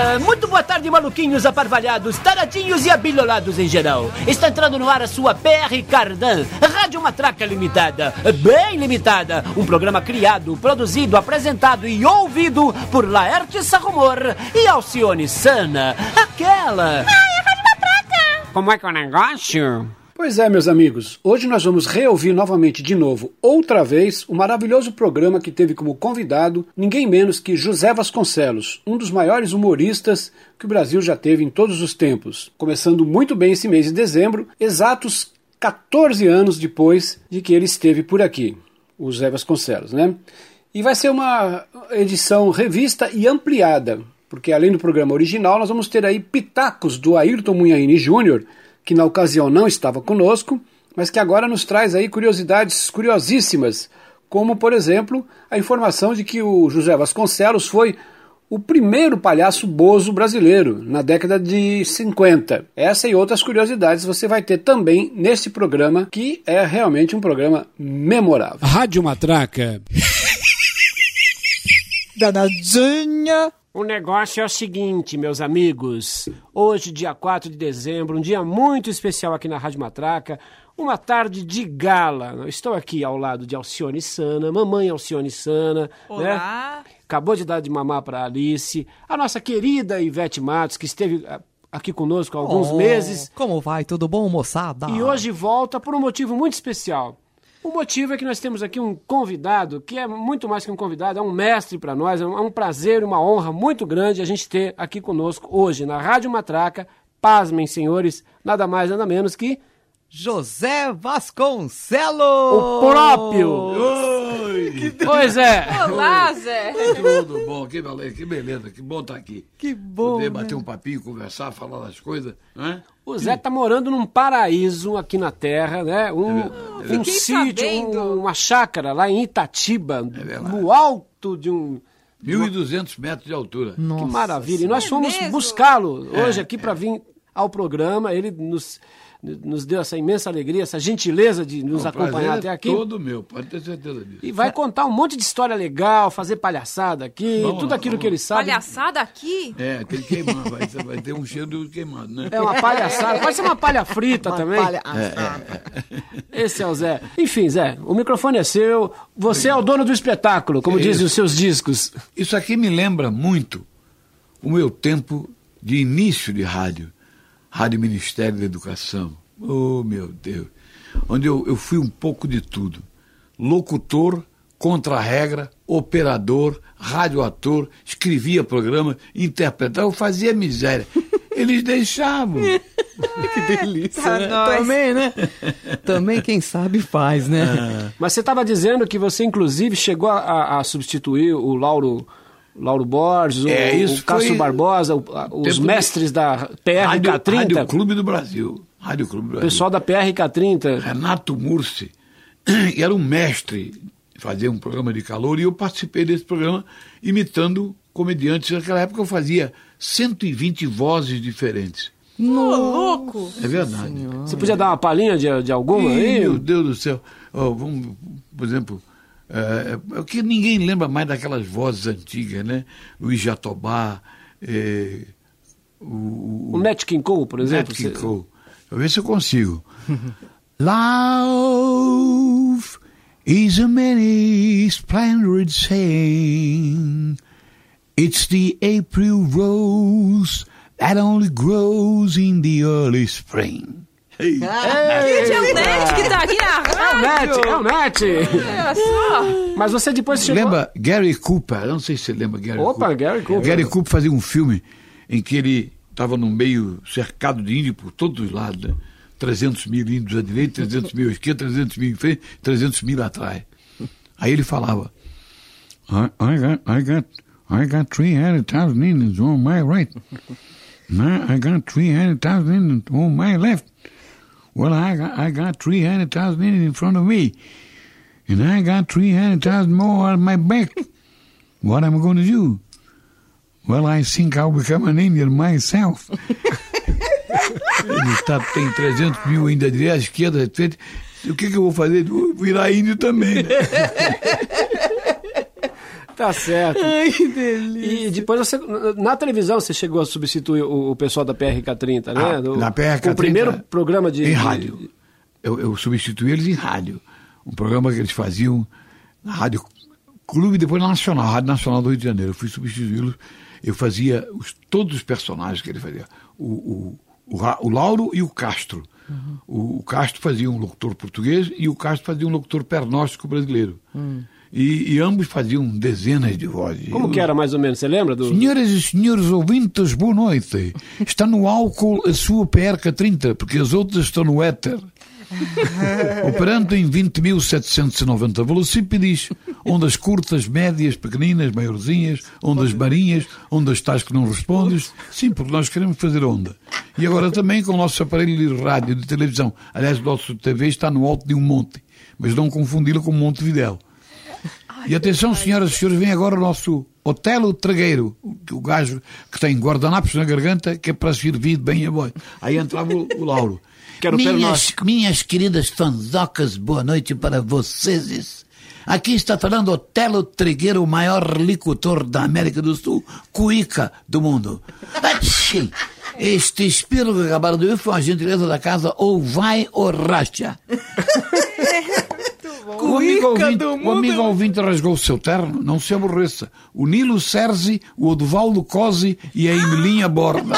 Muito boa tarde, maluquinhos, aparvalhados, taradinhos e abilolados em geral. Está entrando no ar a sua PR Cardan, Rádio Matraca Limitada, bem limitada. Um programa criado, produzido, apresentado e ouvido por Laerte Sarrumor e Alcione Sana. Aquela... Ai, a Rádio Matraca! Como é que é o negócio? Pois é, meus amigos, hoje nós vamos reouvir novamente de novo, outra vez, o maravilhoso programa que teve como convidado ninguém menos que José Vasconcelos, um dos maiores humoristas que o Brasil já teve em todos os tempos. Começando muito bem esse mês de dezembro, exatos 14 anos depois de que ele esteve por aqui, o José Vasconcelos, né? E vai ser uma edição revista e ampliada, porque além do programa original, nós vamos ter aí pitacos do Ayrton Munhaine Jr., que na ocasião não estava conosco, mas que agora nos traz aí curiosidades curiosíssimas, como, por exemplo, a informação de que o José Vasconcelos foi o primeiro palhaço bozo brasileiro, na década de 50. Essa e outras curiosidades você vai ter também nesse programa, que é realmente um programa memorável. Rádio Matraca. Danadinha. O negócio é o seguinte, meus amigos. Hoje, dia 4 de dezembro, um dia muito especial aqui na Rádio Matraca, uma tarde de gala. Eu estou aqui ao lado de Alcione Sana, mamãe Alcione Sana. Olá. Né? Acabou de dar de mamar para Alice. A nossa querida Ivete Matos, que esteve aqui conosco há alguns meses. Como vai? Tudo bom, moçada? E hoje volta por um motivo muito especial. O motivo é que nós temos aqui um convidado, que é muito mais que um convidado, é um mestre para nós, é um prazer, uma honra muito grande a gente ter aqui conosco hoje na Rádio Matraca, pasmem, senhores, nada mais, nada menos que... José Vasconcelos! O próprio! Oi! Pois é! Olá, Zé! Tudo bom, que beleza, que bom estar aqui. Que bom, poder né? bater um papinho, conversar, falar das coisas, né? O Zé tá morando num paraíso aqui na Terra, né? Um Fiquei sítio, sabendo. uma chácara lá em Itatiba, verdade. no alto de um... 1.200 metros de altura. Nossa, Que maravilha! E nós fomos mesmo? buscá-lo hoje aqui para vir ao programa. Ele nos deu essa imensa alegria, essa gentileza de nos acompanhar até aqui. Todo meu, pode ter certeza disso. E vai contar um monte de história legal, fazer palhaçada aqui, Vamos tudo lá, aquilo vamos que ele sabe. Palhaçada aqui? É, tem que queimar, vai ter um cheiro de queimado, né? É uma palhaçada, pode ser uma palha frita Uma também. palha assada. Esse é o Zé. Enfim, Zé, o microfone é seu, você é o dono do espetáculo, como dizem os seus discos. Isso aqui me lembra muito o meu tempo de início de rádio, Rádio Ministério da Educação. Oh, meu Deus! Onde eu fui um pouco de tudo. Locutor, contra-regra, operador, radioator, escrevia programa, interpretava, eu fazia miséria. Eles deixavam. Que delícia, Tá né? nós. Também, né? Também quem sabe faz, né? Mas você estava dizendo que você, inclusive, chegou a substituir o Lauro Borges, Isso o Cássio foi Barbosa, os tempo mestres da PRK30. Rádio Clube do Brasil. Rádio Clube do O Brasil. pessoal da PRK30. Renato Mursi era um mestre, fazia um programa de calor, e eu participei desse programa imitando comediantes. Naquela época eu fazia 120 vozes diferentes. Ô, louco! É verdade. Você podia dar uma palhinha de alguma aí? Meu Deus do céu. Vamos, por exemplo, que ninguém lembra mais daquelas vozes antigas, né? Luiz Jatobá, O Nat King Cole, por exemplo. Nat King Cole. Vou ver se eu consigo. Love is a many splendid saying. It's the April rose that only grows in the early spring. Gente, é o Net que tá aqui na rádio! É o Nat! Olha só! Mas você depois chegou... Lembra Gary Cooper? Eu não sei se você lembra Gary Cooper. Opa, Gary Cooper. Gary Cooper fazia um filme em que ele estava no meio cercado de índios por todos os lados, né? 300 mil índios à direita, 300 mil à esquerda, 300 mil em frente, 300 mil atrás. Aí ele falava, I got 300,000 Indians on my right. Now I got 300,000 Indians on my left. Well, I got 300,000 Indians in front of me. And I got 300,000 more on my back. What am I going to do? Well, I think I'll become an Indian myself. Ele tem 300 mil ainda à direita, à esquerda, etc. O que eu vou fazer? Vou virar índio também. Né? Tá certo. Ai, que delícia. E depois você, na televisão, você chegou a substituir o pessoal da PRK-30, né? Na PRK-30. O primeiro programa em rádio. Eu substituí eles em rádio. Um programa que eles faziam na Rádio Clube, depois na Nacional, Rádio Nacional do Rio de Janeiro. Eu fui substituí-los. Eu fazia todos os personagens que ele fazia. O Lauro e o Castro. O Castro fazia um locutor português e o Castro fazia um locutor pernóstico brasileiro. E ambos faziam dezenas de vozes. Como que era mais ou menos? Você lembra? Senhoras e senhores ouvintes, boa noite. Está no álcool a sua PRK-30, porque as outras estão no éter. Operando em 20.790 velocípedes, ondas curtas, médias, pequeninas, maiorzinhas, ondas marinhas, ondas tais que não respondes. Sim, porque nós queremos fazer onda. E agora também com o nosso aparelho de rádio e de televisão. Aliás, o nosso TV está no alto de um monte, mas não confundi-lo com Montevidéu. E atenção, senhoras e senhores, vem agora o nosso Otelo Tragueiro, o gajo que tem guardanapos na garganta, que é para servir bem a voz. Aí entrava o Lauro. Minhas queridas fanzocas, boa noite para vocês. Aqui está falando Otelo Tragueiro, o maior licutor da América do Sul, cuíca do mundo. Este espirro que acabaram de ouvir foi uma gentileza da casa, ou vai ou racha. O amigo ouvinte rasgou o seu terno, não se aborreça. O Nilo Serzi, o Odovaldo Cosi e a Emilinha Borba.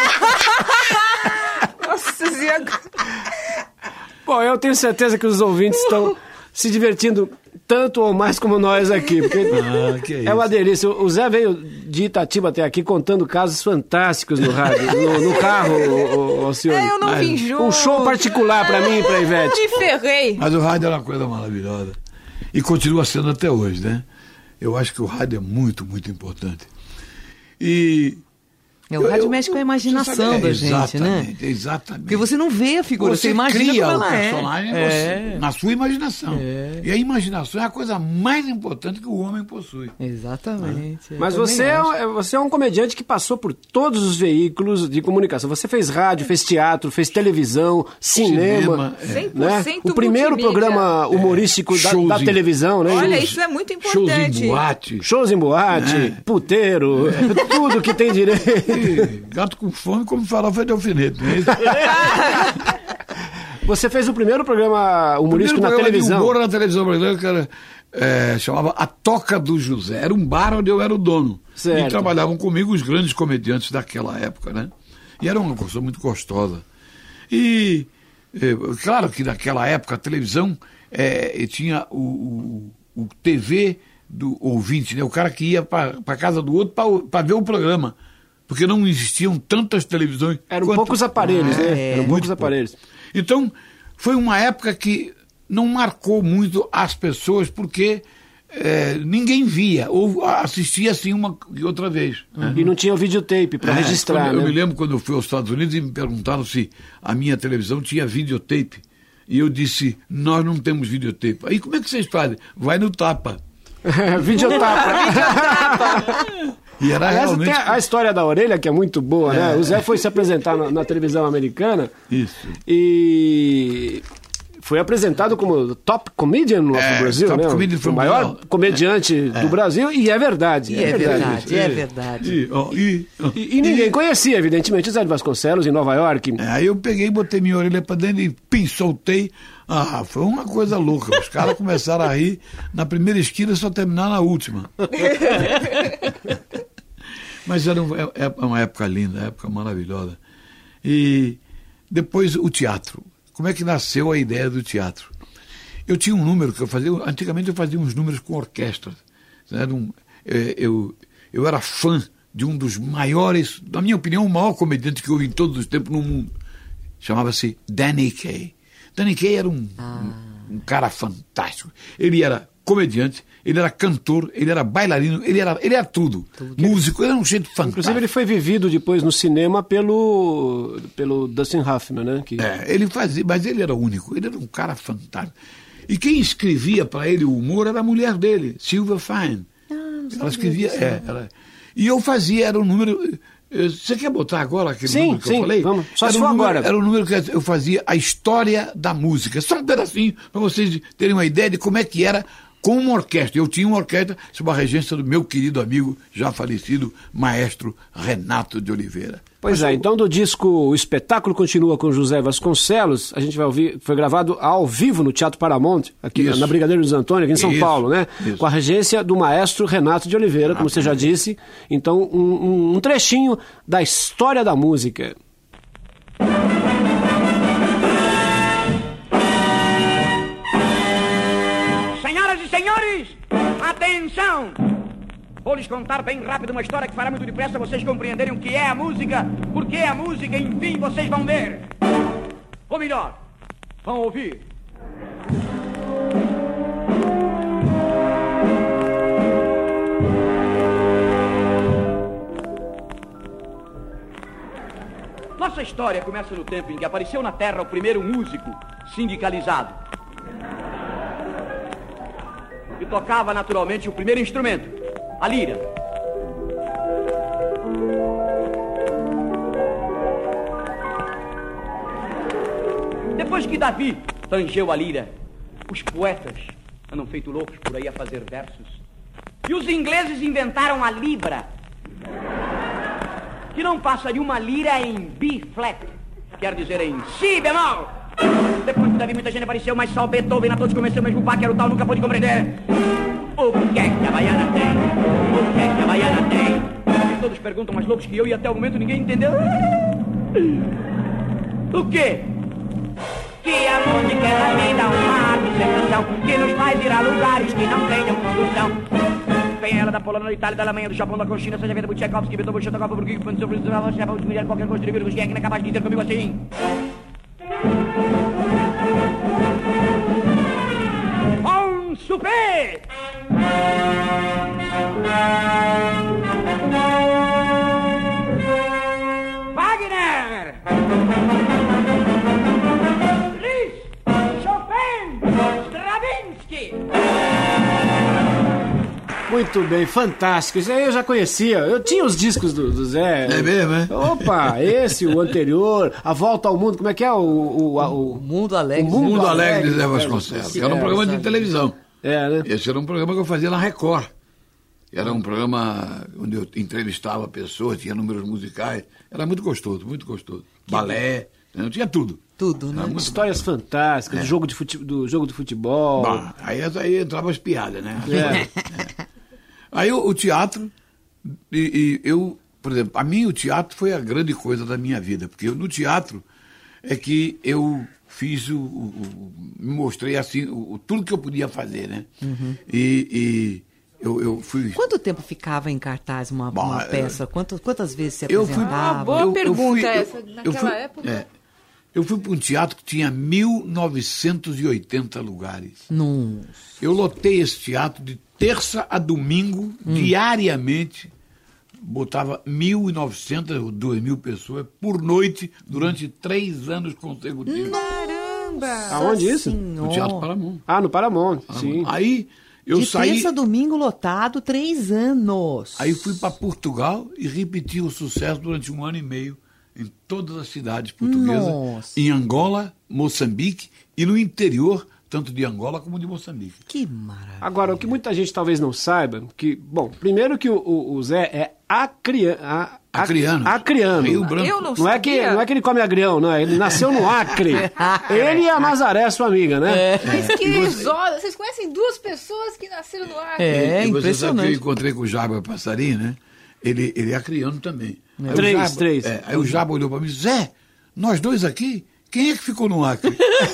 Nossa Senhora. Bom, eu tenho certeza que os ouvintes estão se divertindo tanto ou mais como nós aqui, porque é uma delícia. O Zé veio de Itatiba até aqui contando casos fantásticos no rádio, no carro, o senhor. Eu não vim junto. Um show particular pra mim e pra Ivete. Me ferrei. Mas o rádio era uma coisa maravilhosa. E continua sendo até hoje, né? Eu acho que o rádio é muito, muito importante. E... O rádio mexe com a imaginação da gente, né? Exatamente. Porque você não vê a figura, você imagina cria como o ela personagem na sua imaginação. E a imaginação é a coisa mais importante que o homem possui. Exatamente. Mas você é um comediante que passou por todos os veículos de comunicação. Você fez rádio, fez teatro, fez televisão, cinema. 100% né? O primeiro programa humorístico da televisão, né? Olha, isso é muito importante. Shows em boate. Puteiro, tudo que tem direito. Gato com fome come farofa de alfinete, não é isso? Você fez o primeiro programa humorístico na televisão. De humor na televisão brasileira, que era, chamava A Toca do José. Era um bar onde eu era o dono. Certo. E trabalhavam comigo os grandes comediantes daquela época, né? E era uma coisa muito gostosa. E, claro que naquela época a televisão tinha o TV do ouvinte, né? O cara que ia para a casa do outro para ver o programa. Porque não existiam tantas televisões. Eram poucos aparelhos, né? Eram poucos aparelhos. Então, foi uma época que não marcou muito as pessoas, porque ninguém via, ou assistia assim uma e outra vez. E não tinha o videotape para registrar, né? Eu me lembro quando eu fui aos Estados Unidos e me perguntaram se a minha televisão tinha videotape. E eu disse, nós não temos videotape. Aí como é que vocês fazem? Vai no tapa. Videotapa. E era realmente... Tem a história da orelha, que é muito boa, né? O Zé foi se apresentar na televisão americana. Isso. E foi apresentado como top comedian no Brasil, top né? Comedian o maior comediante do Brasil, e é verdade. É verdade. E ninguém conhecia, evidentemente, o Zé de Vasconcelos em Nova York. Aí eu peguei, botei minha orelha pra dentro e soltei. Foi uma coisa louca. Os caras começaram a rir na primeira esquina, só terminar na última. Mas era uma época linda, uma época maravilhosa. E depois o teatro. Como é que nasceu a ideia do teatro? Eu tinha um número que eu fazia, antigamente eu fazia uns números com orquestra. Eu era fã de um dos maiores, na minha opinião, o maior comediante que houve em todos os tempos no mundo. Chamava-se Danny Kaye. Danny Kaye era um cara fantástico. Ele era comediante, ele era cantor, ele era bailarino, ele era tudo. Músico, ele era um jeito fantástico. Inclusive ele foi vivido depois no cinema pelo Dustin Hoffman, né? Ele fazia, mas ele era único, ele era um cara fantástico. E quem escrevia para ele o humor era a mulher dele, Sylvia Fine. Ela escrevia, e eu fazia, era um número... Você quer botar agora aquele número que eu falei? Vamos. Só se for agora. Era um número que eu fazia a história da música. Só um pedacinho, para vocês terem uma ideia de como é que era com uma orquestra. Eu tinha uma orquestra sob a regência do meu querido amigo, já falecido, maestro Renato de Oliveira. Pois é, então do disco O Espetáculo Continua com José Vasconcelos, a gente vai ouvir, foi gravado ao vivo no Teatro Paramount, aqui na Brigadeiro dos Antônio, aqui em São Paulo, né? Isso. Com a regência do maestro Renato de Oliveira, como você já disse. Então, um trechinho da história da música. Senhoras e senhores, atenção! Vou lhes contar bem rápido uma história que fará muito depressa vocês compreenderem o que é a música, por que é a música, enfim, vocês vão ver. Ou melhor, vão ouvir. Nossa história começa no tempo em que apareceu na Terra o primeiro músico sindicalizado. E tocava naturalmente o primeiro instrumento, a lira. Depois que Davi tangeu a lira, os poetas andam feito loucos por aí a fazer versos. E os ingleses inventaram a libra, que não passa de uma lira em B flat, quer dizer em Si bemol. Depois que Davi muita gente apareceu, mas só Beethoven a todos convenceu, mesmo o pá que era o tal nunca pôde compreender. O que é que a baiana tem? O que é que a baiana tem? E todos perguntam mais loucos que eu e até o momento ninguém entendeu. O quê? Que a música ela me dá uma arte sem canção, que nos faz ir a lugares que não tenham solução. Vem ela da Polônia, da Itália, da Alemanha, do Japão, da China, seja venda Tchaikovsky, Beethoven, Shostakovich, Bruguigo, Fantasy, mulher, qualquer coisa de vírus, quem é que não é capaz de dizer comigo assim? On souper! Wagner! Liszt! Chopin! Stravinsky! Muito bem, fantástico. Isso aí eu já conhecia. Eu tinha os discos do Zé. É mesmo, é? Opa, esse, o anterior, A Volta ao Mundo, como é que é? O Mundo Alegre. O Mundo Alegre de Zé Vasconcelos. Era um programa de televisão. Né? Esse era um programa que eu fazia na Record. Era um programa onde eu entrevistava pessoas, tinha números musicais. Era muito gostoso, muito gostoso. Balé, tinha tudo. Tudo, né? Histórias fantásticas, do jogo de futebol. Bah, aí entrava as piadas, né? Aí o teatro, eu, por exemplo, a mim o teatro foi a grande coisa da minha vida, porque no teatro é que eu fiz me mostrei assim, tudo que eu podia fazer, né? Uhum. Eu fui... Quanto tempo ficava em cartaz uma peça? Quantas vezes você apresentava? Boa pergunta essa, naquela época. Eu fui para um teatro que tinha 1980 lugares. Nossa. Eu lotei esse teatro de terça a domingo, diariamente. Botava 1.900 ou 2.000 pessoas por noite durante 3 anos consecutivos. Caramba! Aonde isso? No Teatro Paramount. Ah, no Paramount, sim. Aí eu saí... terça a domingo lotado, 3 anos. Aí fui para Portugal e repeti o sucesso durante 1 ano e meio. Em todas as cidades portuguesas, Nossa. Em Angola, Moçambique e no interior, tanto de Angola como de Moçambique. Que maravilha. Agora, o que muita gente talvez não saiba, que, bom, primeiro que o Zé é acriano. Rio Branco. Eu não Não é que ele come agrião, não. Ele nasceu no Acre. Ele e a Nazaré, sua amiga, né? Mas que exódio. Vocês conhecem 2 pessoas que nasceram no Acre? É, e impressionante. Você sabe que eu encontrei com o Jaba Passarinho, né? Ele é acriano também. Três. Aí o Jaba olhou para mim e disse, Zé, nós 2 aqui, quem é que ficou no Acre?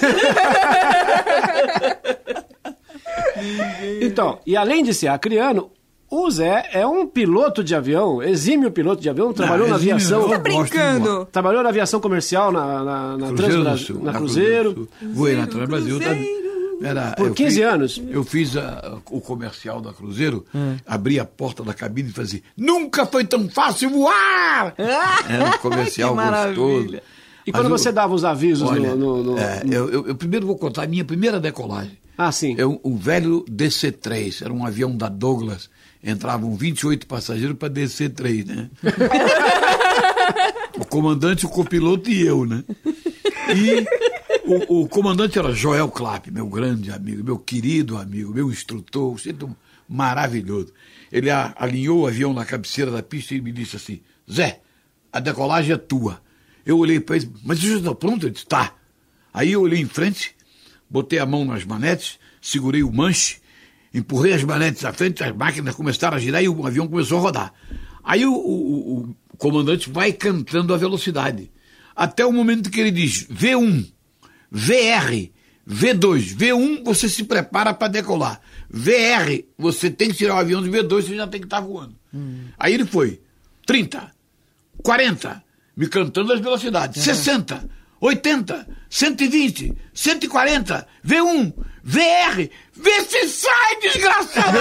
Então, e além de ser acriano, o Zé é um piloto de avião, exímio piloto de avião, trabalhou na aviação. Você tá brincando? Trabalhou na aviação comercial, na Cruzeiro. Voei na Transbrasil também. Por 15 anos? Eu fiz o comercial da Cruzeiro, abri a porta da cabine e fazia, nunca foi tão fácil voar! Era um comercial gostoso. E quando você dava os avisos eu primeiro vou contar a minha primeira decolagem. Ah, sim. Um velho DC-3, era um avião da Douglas, entravam 28 passageiros para DC-3, né? O comandante, o copiloto e eu, né? O comandante era Joel Clapp, meu grande amigo, meu querido amigo, meu instrutor, sempre maravilhoso. Ele alinhou o avião na cabeceira da pista e me disse assim: Zé, a decolagem é tua. Eu olhei para ele, mas você já está pronto? Ele disse, tá. Aí eu olhei em frente, botei a mão nas manetes, segurei o manche, empurrei as manetes à frente, as máquinas começaram a girar e o avião começou a rodar. Aí o comandante vai cantando a velocidade, até o momento que ele diz V1, VR, V2, V1 você se prepara para decolar, VR você tem que tirar o avião do V2, você já tem que estar voando. Aí ele foi 30, 40, me cantando as velocidades, 60, 80, 120, 140, V1, VR, vê se sai, desgraçado!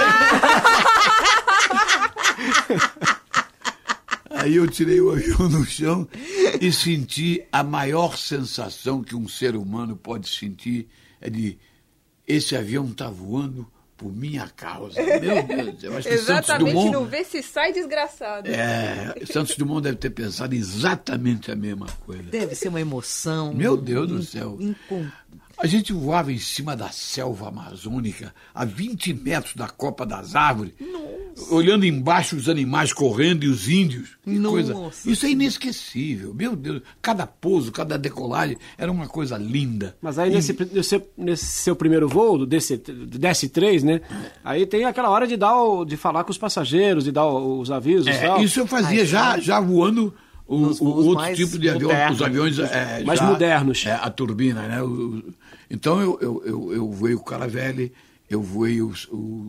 Aí eu tirei o avião no chão e senti a maior sensação que um ser humano pode sentir, é de esse avião está voando por minha causa. Meu Deus, eu acho que exatamente, Santos Dumont, não vê se sai, desgraçado. Santos Dumont deve ter pensado exatamente a mesma coisa. Deve ser uma emoção. Meu Deus do céu. A gente voava em cima da selva amazônica, a 20 metros da copa das árvores, olhando embaixo os animais correndo e os índios. Coisa. Isso é inesquecível. Meu Deus, cada pouso, cada decolagem era uma coisa linda. Mas aí nesse seu primeiro voo, do DS-3, né? Aí tem aquela hora de falar com os passageiros, de dar os avisos e tal. Isso eu fazia já voando o outro tipo de avião, modernos, os aviões mais modernos. A turbina, né? Então eu voei o Caravelle, eu voei o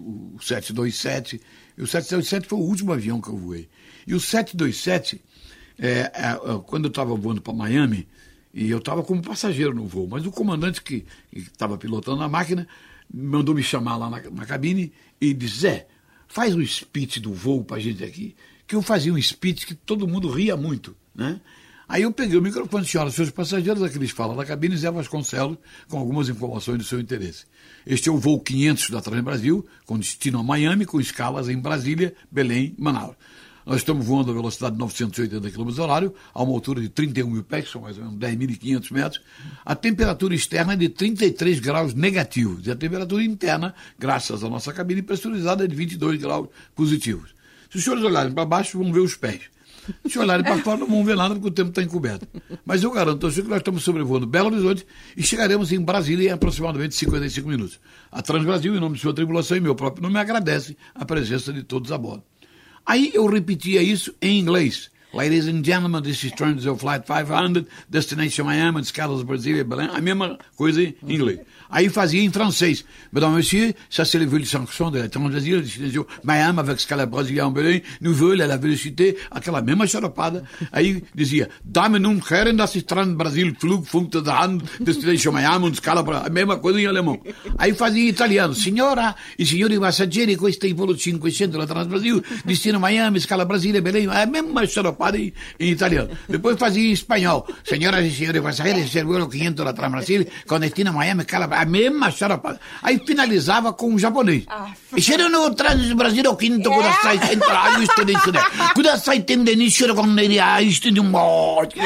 727, e o 727 foi o último avião que eu voei. E o 727, quando eu estava voando para Miami, e eu estava como passageiro no voo, mas o comandante que estava pilotando a máquina mandou me chamar lá na cabine e disse: Zé, faz um speech do voo para a gente aqui. Que eu fazia um speech que todo mundo ria muito, né? Aí eu peguei o microfone, senhoras e senhores passageiros, aqui eles falam na cabine, Zé Vasconcelos, com algumas informações do seu interesse. Este é o voo 500 da Transbrasil, com destino a Miami, com escalas em Brasília, Belém e Manaus. Nós estamos voando a velocidade de 980 km/h, a uma altura de 31 mil pés, que são mais ou menos 10.500 metros. A temperatura externa é de 33 graus negativos, e a temperatura interna, graças à nossa cabine pressurizada, é de 22 graus positivos. Se os senhores olharem para baixo, vão ver os pés. Se olharem para fora, não vão ver nada, porque o tempo está encoberto. Mas eu garanto ao senhor que nós estamos sobrevoando Belo Horizonte e chegaremos em Brasília em aproximadamente 55 minutos. A Transbrasil, em nome de sua tripulação e meu próprio nome, agradece a presença de todos a bordo. Aí eu repetia isso em inglês. Ladies and gentlemen, this is Transbrasil Flight 500, destination Miami, escalas Brasília, Belém, a mesma coisa em inglês. Aí fazia em francês. Mesdames et messieurs, ça c'est l'évolution de la Transbrasil, destination Miami, avec escala Brasília, Belém, nous voulons la velocité, aquela mesma xaropada. Aí dizia, Damen und Herren, das ist Transbrasil, Flugfunk der Hand, destination Miami, escala Brasília, a mesma coisa em alemão. Aí fazia em italiano, signora e signori passaggeri, questa è il volo 500 da Transbrasil, destino Miami, escala Brasília, Belém, a mesma xaropada em italiano. Depois fazia em espanhol, senhoras e senhores passageiros, este é o volo 500 da Transbrasil, com destino Miami, escala a mesma xaropada. Aí finalizava com o japonês. E no Transbrasil, o quinto, kudasai, entra, isto disso, né? Kudasai, tem denishiro, com isto de um monte.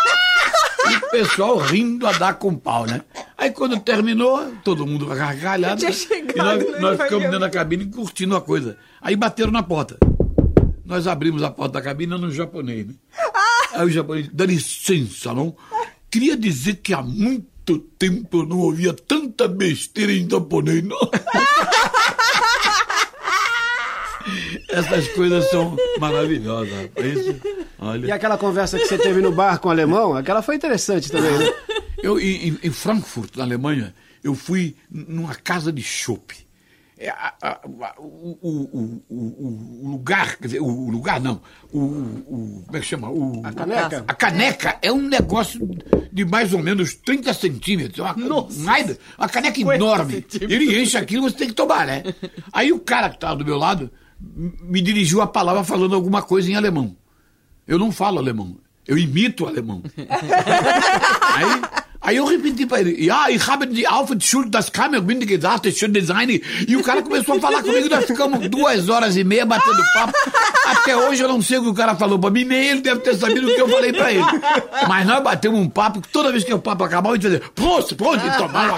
E o pessoal rindo a dar com pau, né? Aí quando terminou, todo mundo gargalhado, e nós ficamos dentro da cabine curtindo a coisa. Aí bateram na porta. Nós abrimos a porta da cabine no japonês, né? Aí o japonês, dá licença, não? Queria dizer que há muito tempo eu não ouvia tanta besteira em japonês, não. Essas coisas são maravilhosas, rapaz. Olha. E aquela conversa que você teve no bar com o alemão, aquela foi interessante também, né? Eu, em Frankfurt, na Alemanha, eu fui numa casa de chopp. O lugar, quer dizer, o lugar não, como é que chama? A caneca. A caneca é um negócio de mais ou menos 30 centímetros, uma caneca enorme. Ele enche aquilo, você tem que tomar, né? Aí o cara que estava do meu lado me dirigiu a palavra falando alguma coisa em alemão. Eu não falo alemão, eu imito alemão. Aí eu repeti pra ele, ich habe die Aufschuld das Kammer, bin gesagt, das schöne Design. E o cara começou a falar comigo, nós ficamos 2h30 batendo papo. Até hoje eu não sei o que o cara falou pra mim, nem ele deve ter sabido o que eu falei pra ele. Mas nós batemos um papo, que toda vez que o papo acabava, a gente fazia, Prost, e tomava.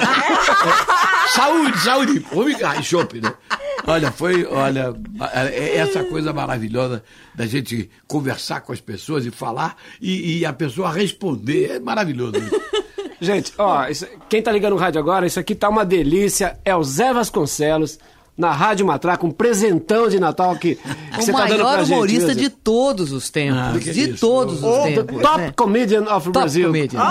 Saúde, e chopp, né? Olha, essa coisa maravilhosa da gente conversar com as pessoas e falar e a pessoa responder, é maravilhoso. Gente, quem tá ligando o rádio agora, isso aqui tá uma delícia, é o Zé Vasconcelos, na Rádio Matraca, um presentão de Natal que você tá dando pra gente. O maior humorista de todos os tempos. De todos os tempos. Top comedian of Brazil.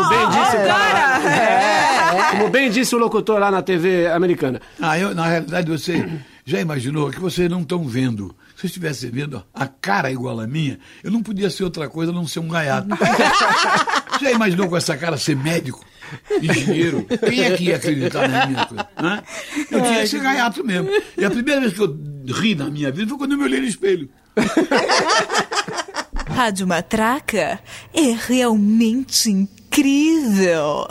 Como bem disse o locutor lá na TV americana. Na realidade, você já imaginou que vocês não estão vendo? Se eu estivesse vendo a cara igual a minha, eu não podia ser outra coisa a não ser um gaiato. Já imaginou com essa cara ser médico? Engenheiro, quem é que ia acreditar na minha coisa? Eu tinha que ser gaiato mesmo. E a primeira vez que eu ri na minha vida foi quando eu me olhei no espelho. Rádio Matraca é realmente incrível.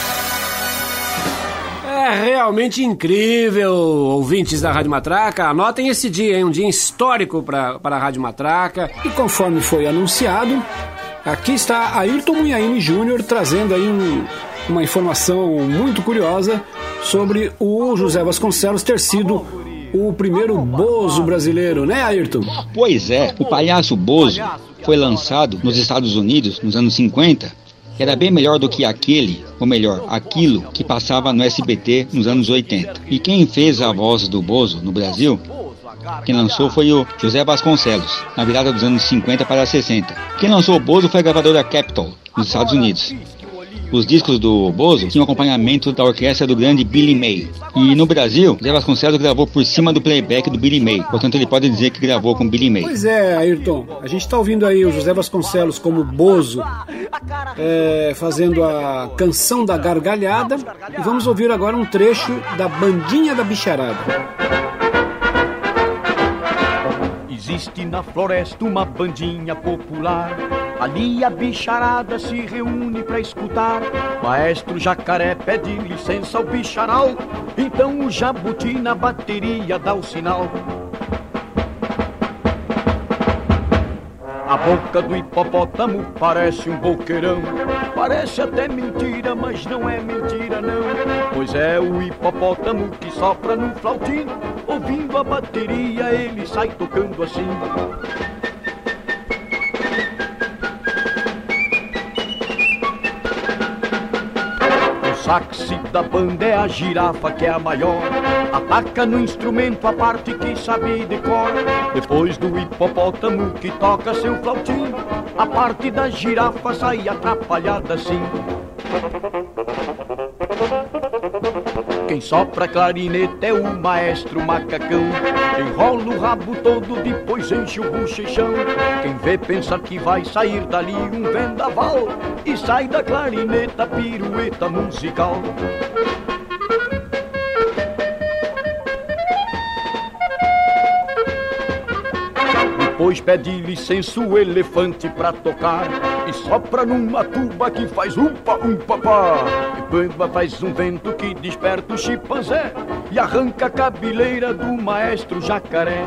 É realmente incrível, ouvintes da Rádio Matraca. Anotem esse dia, hein? Um dia histórico para a Rádio Matraca. E conforme foi anunciado, aqui está Ayrton Munhaine Júnior trazendo aí uma informação muito curiosa sobre o José Vasconcelos ter sido o primeiro Bozo brasileiro, né, Ayrton? Pois é, o palhaço Bozo foi lançado nos Estados Unidos nos anos 50, que era bem melhor do que aquilo que passava no SBT nos anos 80. E quem fez a voz do Bozo no Brasil, quem lançou foi o José Vasconcelos, na virada dos anos 50 para 60. Quem lançou o Bozo foi a gravadora Capitol, nos Estados Unidos. Os discos do Bozo tinham acompanhamento da orquestra do grande Billy May. E no Brasil, José Vasconcelos gravou por cima do playback do Billy May. Portanto, ele pode dizer que gravou com Billy May. Pois é, Ayrton. A gente está ouvindo aí o José Vasconcelos como Bozo, fazendo a canção da gargalhada. E vamos ouvir agora um trecho da Bandinha da Bicharada. Existe na floresta uma bandinha popular. Ali a bicharada se reúne pra escutar. Maestro Jacaré pede licença ao bicharal. Então o jabuti na bateria dá o sinal. A boca do hipopótamo parece um boqueirão. Parece até mentira, mas não é mentira não. Pois é o hipopótamo que sopra no flautim. Ouvindo a bateria ele sai tocando assim. O sax da banda é a girafa que é a maior. Ataca no instrumento a parte que sabe de cor. Depois do hipopótamo que toca seu flautim, a parte da girafa sai atrapalhada assim. Quem sopra clarinete é o maestro macacão. Enrola o rabo todo, depois enche o bochechão. Quem vê pensa que vai sair dali um vendaval e sai da clarineta pirueta musical. Depois pede licença o elefante pra tocar e sopra numa tuba que faz umpa, umpa, pá. E faz um vento que desperta o chimpanzé e arranca a cabeleira do maestro Jacaré.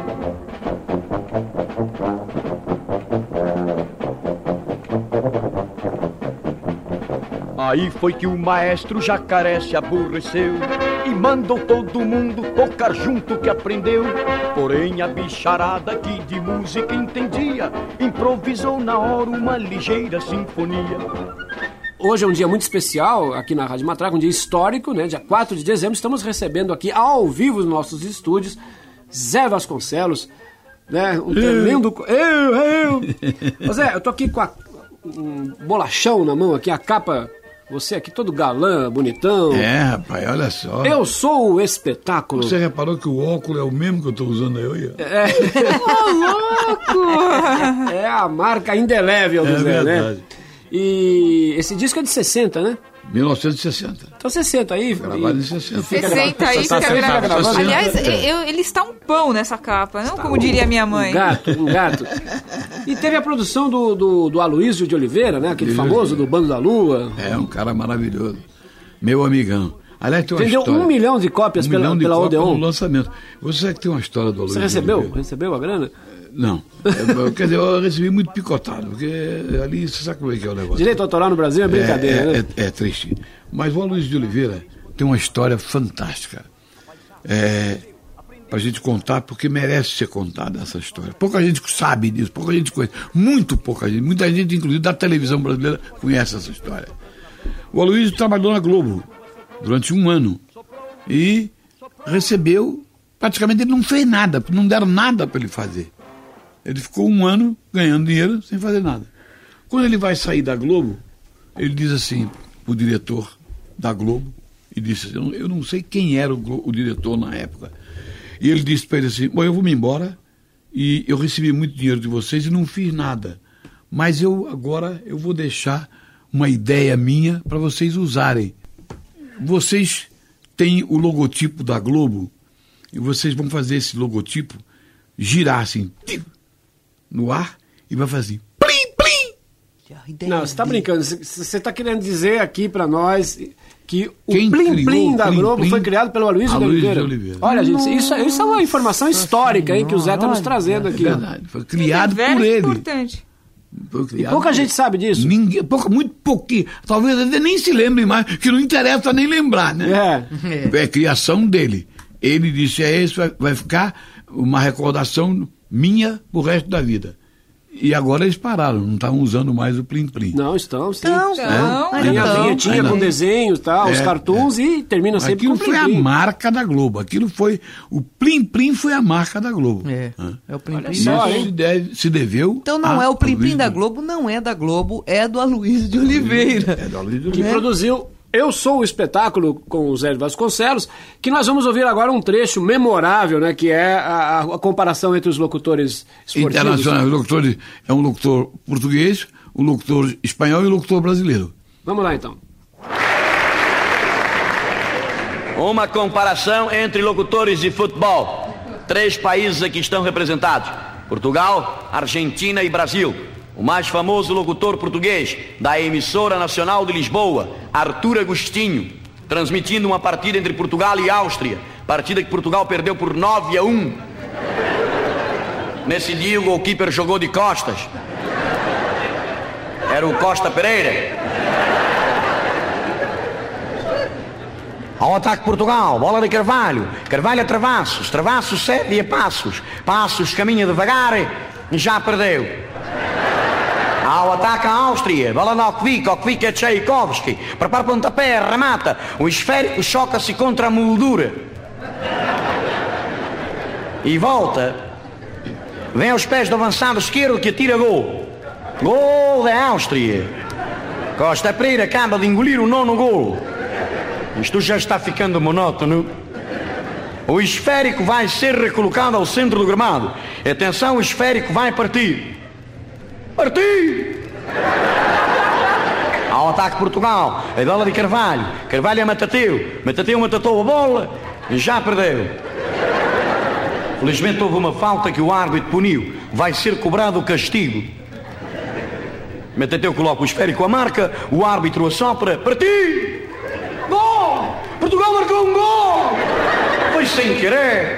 Aí foi que o maestro Jacaré se aborreceu e mandou todo mundo tocar junto que aprendeu. Porém a bicharada que de música entendia improvisou na hora uma ligeira sinfonia. Hoje é um dia muito especial aqui na Rádio Matraca, um dia histórico, né? Dia 4 de dezembro, estamos recebendo aqui ao vivo nos nossos estúdios Zé Vasconcelos, né? Um tremendo... Eu! Zé, eu tô aqui com um bolachão na mão aqui, a capa... Você aqui todo galã, bonitão. É, rapaz, olha só. Eu sou o espetáculo. Você reparou que o óculos é o mesmo que eu tô usando aí? Louco! É a marca indelével do Zé, né? E esse disco é de 60, né? 1960. Então 60 aí. Gravado em 60. 60 aí fica gravado. Aliás, ele está um pão nessa capa, não como diria minha mãe. Um gato. E teve a produção do Aloysio de Oliveira, né? Aquele famoso do Bando da Lua. É, um cara maravilhoso. Meu amigão. Aliás, tem uma Vendeu história. 1 milhão de cópias pela Odeon. No lançamento. Você sabe que tem uma história do Aloysio. Você recebeu? Recebeu a grana? Não. Quer dizer, eu recebi muito picotado, porque ali você sabe como é que é o negócio. Direito autoral no Brasil é brincadeira, né? É triste. Mas o Aloysio de Oliveira tem uma história fantástica. Pra gente contar, porque merece ser contada essa história. Pouca gente sabe disso, pouca gente conhece. Muito pouca gente. Muita gente, inclusive da televisão brasileira, conhece essa história. O Aloysio trabalhou na Globo durante 1 ano e recebeu, praticamente ele não fez nada, não deram nada para ele fazer. Ele ficou 1 ano ganhando dinheiro sem fazer nada. Quando ele vai sair da Globo, ele diz assim, o diretor da Globo, e disse assim, eu não sei quem era o diretor na época, e ele disse para ele assim, bom, eu vou me embora, e eu recebi muito dinheiro de vocês e não fiz nada, mas agora eu vou deixar uma ideia minha para vocês usarem. Vocês têm o logotipo da Globo e vocês vão fazer esse logotipo girar assim no ar e vai fazer plim, plim. Não, você está brincando. Você está querendo dizer aqui para nós que o Plim Plim da Globo foi criado pelo Aloysio de Oliveira. Olha, gente, isso é uma informação histórica, hein, que o Zé está nos trazendo aqui. É verdade, foi criado por ele. Importante. E pouca gente sabe disso. Muito pouquinho. Talvez ele nem se lembre mais, que não interessa nem lembrar, né? É criação dele. Ele disse, isso vai ficar uma recordação minha pro resto da vida. E agora eles pararam, não estavam usando mais o Plim Plim. Não, estão, sim. Tem a vinhetinha com desenhos, tá, os cartoons e termina sempre com Plim Plim. Aquilo foi a marca da Globo. Aquilo foi... O Plim Plim foi a marca da Globo. É o Plim Plim. Se deveu... Então não é o Plim Plim da Globo, não é da Globo, é do Aloysio de Oliveira. É do Aloysio de Que Oliveira. produziu Eu Sou o Espetáculo com o Zé Vasconcelos, que nós vamos ouvir agora um trecho memorável, né, que é a comparação entre os locutores esportivos. Internacional, é um locutor português, um locutor espanhol e um locutor brasileiro. Vamos lá, então. Uma comparação entre locutores de futebol. 3 países aqui estão representados: Portugal, Argentina e Brasil. O mais famoso locutor português da emissora nacional de Lisboa, Arthur Agostinho, transmitindo uma partida entre Portugal e Áustria, partida que Portugal perdeu por 9-1. Nesse dia o goalkeeper jogou de costas. Era o Costa Pereira. Ao ataque Portugal, bola de Carvalho, Carvalho a Travassos, Travassos cede a Passos, Passos caminha devagar e já perdeu. Ao ataque a Áustria, bola na Okvik a Tchaikovsky, prepara o pontapé, remata, o esférico choca-se contra a moldura. E volta, vem aos pés do avançado esquerdo que atira gol. Gol da Áustria. Costa Pereira acaba de engolir o 9º gol. Isto já está ficando monótono. O esférico vai ser recolocado ao centro do gramado. Atenção, o esférico vai partir. Partir! Ao ataque Portugal, a bola de Carvalho. Carvalho a Matateu. Matateu matatou a bola e já perdeu. Felizmente houve uma falta que o árbitro puniu. Vai ser cobrado o castigo. Matateu coloca o esférico à marca, o árbitro assopra. Partir! Gol! Portugal marcou um gol! Foi sem querer.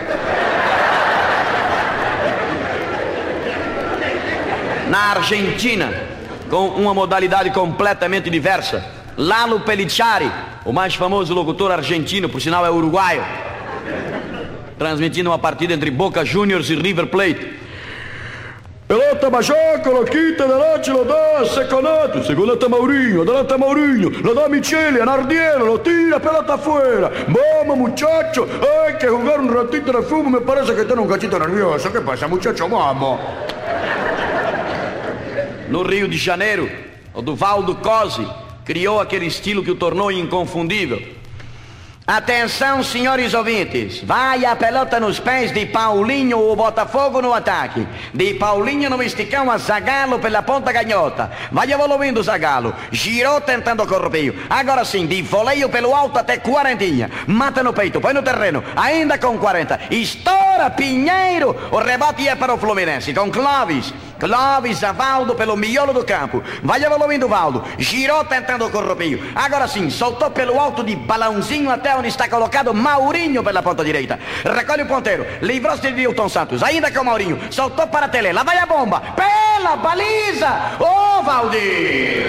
Na Argentina, com uma modalidade completamente diversa, Lalo Peliciari, o mais famoso locutor argentino, por sinal é uruguaio, transmitindo uma partida entre Boca Juniors e River Plate. Pelota Bajaco, lo quita delante, lo dá Seconato, Seconato Maurinho, adelante Maurinho, lo dá Michele, Nardiello, lo tira, pelota afuera. Vamos muchacho, hay que jugar un ratito de fútbol, me parece que tiene un cachito nervioso. ¿Qué pasa muchacho? Vamos. No Rio de Janeiro, o Duvaldo Cosi criou aquele estilo que o tornou inconfundível. Atenção, senhores ouvintes, vai a pelota nos pés de Paulinho, o Botafogo no ataque. De Paulinho no esticão a Zagallo pela ponta canhota. Vai evoluindo Zagallo, girou tentando o corrupio. Agora sim, de voleio pelo alto até 40. Mata no peito, põe no terreno, ainda com 40. Estoura Pinheiro, o rebote é para o Fluminense, com Clóvis. Clóvis Avaldo pelo miolo do campo. Vai evoluindo, Valdo. Girou tentando o corrupinho. Agora sim, soltou pelo alto de balãozinho até onde está colocado Maurinho pela ponta direita. Recolhe o ponteiro. Livrou-se de Nilton Santos. Ainda com o Maurinho. Soltou para Tele. Lá vai a bomba. Pela baliza. Ô, Valdir!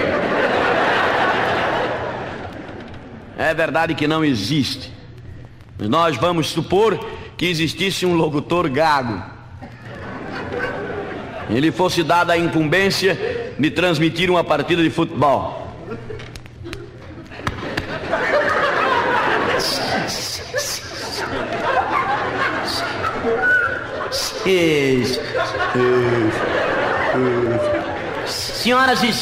É verdade que não existe. Mas nós vamos supor que existisse um locutor gago. Ele fosse dada a incumbência de transmitir uma partida de futebol. Senhoras e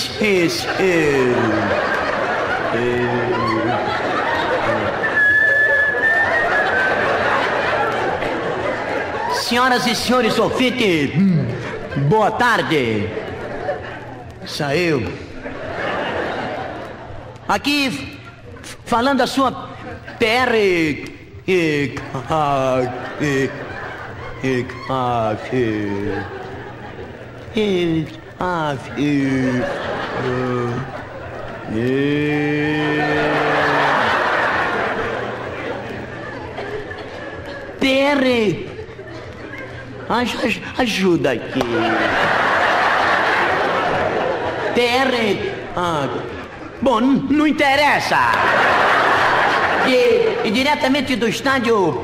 senhoras e senhores ouvintes, boa tarde. Saiu. Aqui, falando a sua PR... PR... Ajuda aqui. Bom, não interessa. E diretamente do estádio...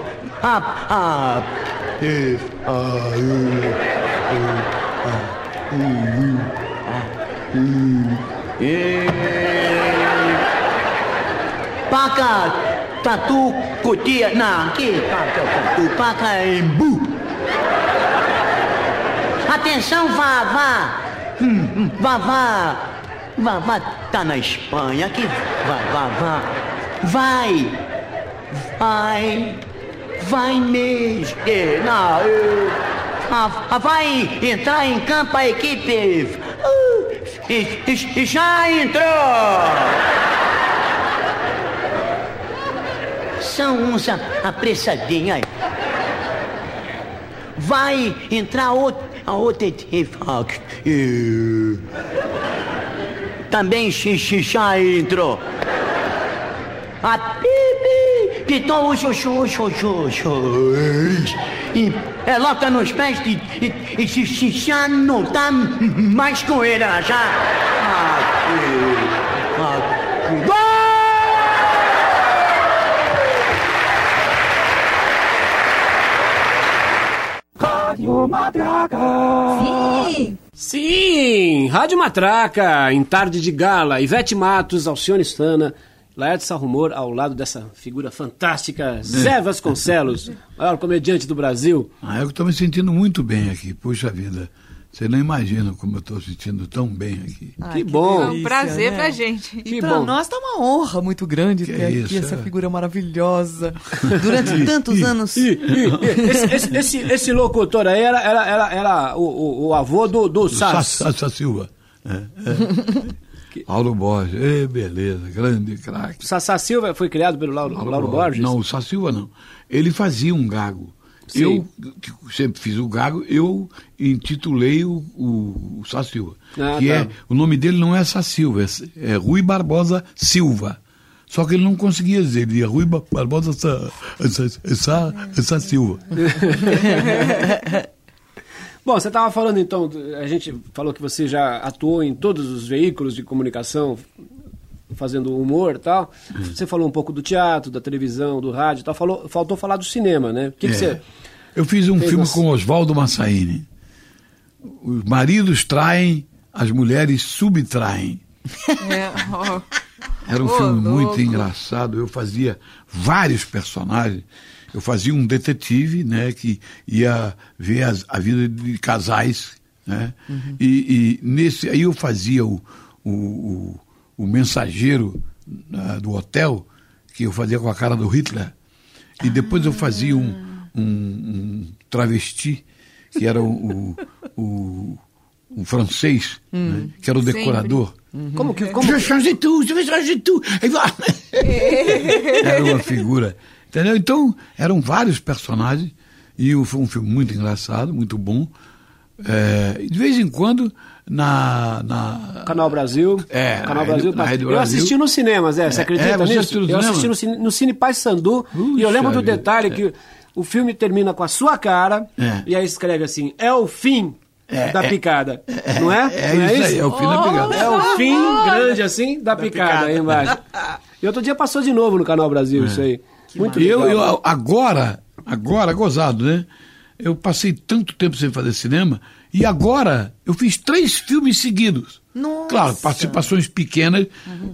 Paca, Tatu, Cotia... Não, que Tatu, Paca, Embu. Atenção, Vavá! Vavá tá na Espanha. Aqui, Vavá. Vai mesmo. Não, vai entrar em campo a equipe. Já entrou! São uns apressadinhos aí. Vai entrar a outra equipe. Também já entrou. A Pipi pitou o chuchu. E ela nos pés e já não tá mais com ele, já. Rádio Matraca! Sim! Sim! Rádio Matraca, em tarde de gala. Ivete Matos, Alcione Stana, Laerte Salrumor, ao lado dessa figura fantástica, Zé Vasconcelos, maior comediante do Brasil. Eu estou me sentindo muito bem aqui, puxa vida. Você não imagina como eu estou sentindo tão bem aqui. Que bom. É um prazer pra gente. E pra nós tá uma honra muito grande ter aqui essa figura maravilhosa. Durante tantos anos. Esse locutor aí era o avô do Sassa Silva. Lauro Borges, beleza, grande craque. Sassá Silva foi criado pelo Lauro Borges? Não, o Sassá Silva não. Ele fazia um gago. Sim. Eu, que sempre fiz o gago, eu intitulei o Sassá Silva. O nome dele não é Sassá Silva, é Rui Barbosa Silva. Só que ele não conseguia dizer, ele ia Rui Barbosa Silva. Bom, você estava falando então, a gente falou que você já atuou em todos os veículos de comunicação, fazendo humor e tal. Você falou um pouco do teatro, da televisão, do rádio e tal. Faltou falar do cinema, né? Que você eu fiz um filme com Oswaldo Massaini. Os maridos traem, as mulheres subtraem. Era um filme muito engraçado. Eu fazia vários personagens. Eu fazia um detetive, né, que ia ver a vida de casais, né? E nesse aí eu fazia o mensageiro do hotel, que eu fazia com a cara do Hitler. E depois eu fazia um travesti, que era um francês, né, que era o decorador. Como? Je change tout. Era uma figura. Entendeu? Então, eram vários personagens, e foi um filme muito engraçado, muito bom, De vez em quando, Canal Brasil. Canal Brasil. Eu assisti nos cinemas, você acredita nisso? Eu assisti no Cine Paissandu e eu lembro do detalhe que o filme termina com a sua cara e aí escreve assim, é o fim da picada. Não é? É isso aí, é o fim da picada. É o fim grande assim da picada aí embaixo. E outro dia passou de novo no Canal Brasil isso aí. Muito legal. Eu agora, gozado, né? Eu passei tanto tempo sem fazer cinema e agora eu fiz 3 filmes seguidos. Nossa. Claro, participações pequenas.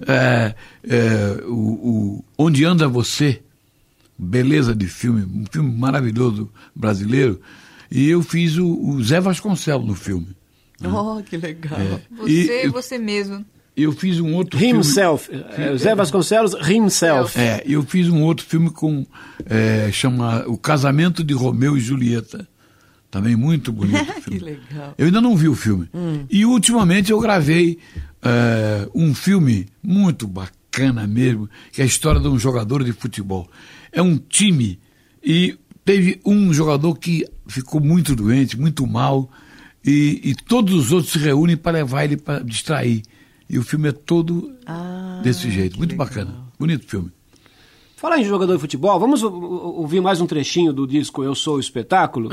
Onde Anda Você, beleza de filme, um filme maravilhoso brasileiro. E eu fiz o Zé Vasconcelos no filme. Oh, que legal. Você mesmo. Eu fiz um outro Himself. Zé Vasconcelos, Himself. Eu fiz um outro filme chama O Casamento de Romeu e Julieta. Também muito bonito o filme. Que legal. Eu ainda não vi o filme. E ultimamente eu gravei um filme muito bacana mesmo, que é a história de um jogador de futebol. É um time e teve um jogador que ficou muito doente, muito mal, e todos os outros se reúnem para levar ele para distrair. E o filme é todo desse jeito. Muito legal. Bacana. Bonito filme. Falar em jogador de futebol, vamos ouvir mais um trechinho do disco Eu Sou o Espetáculo?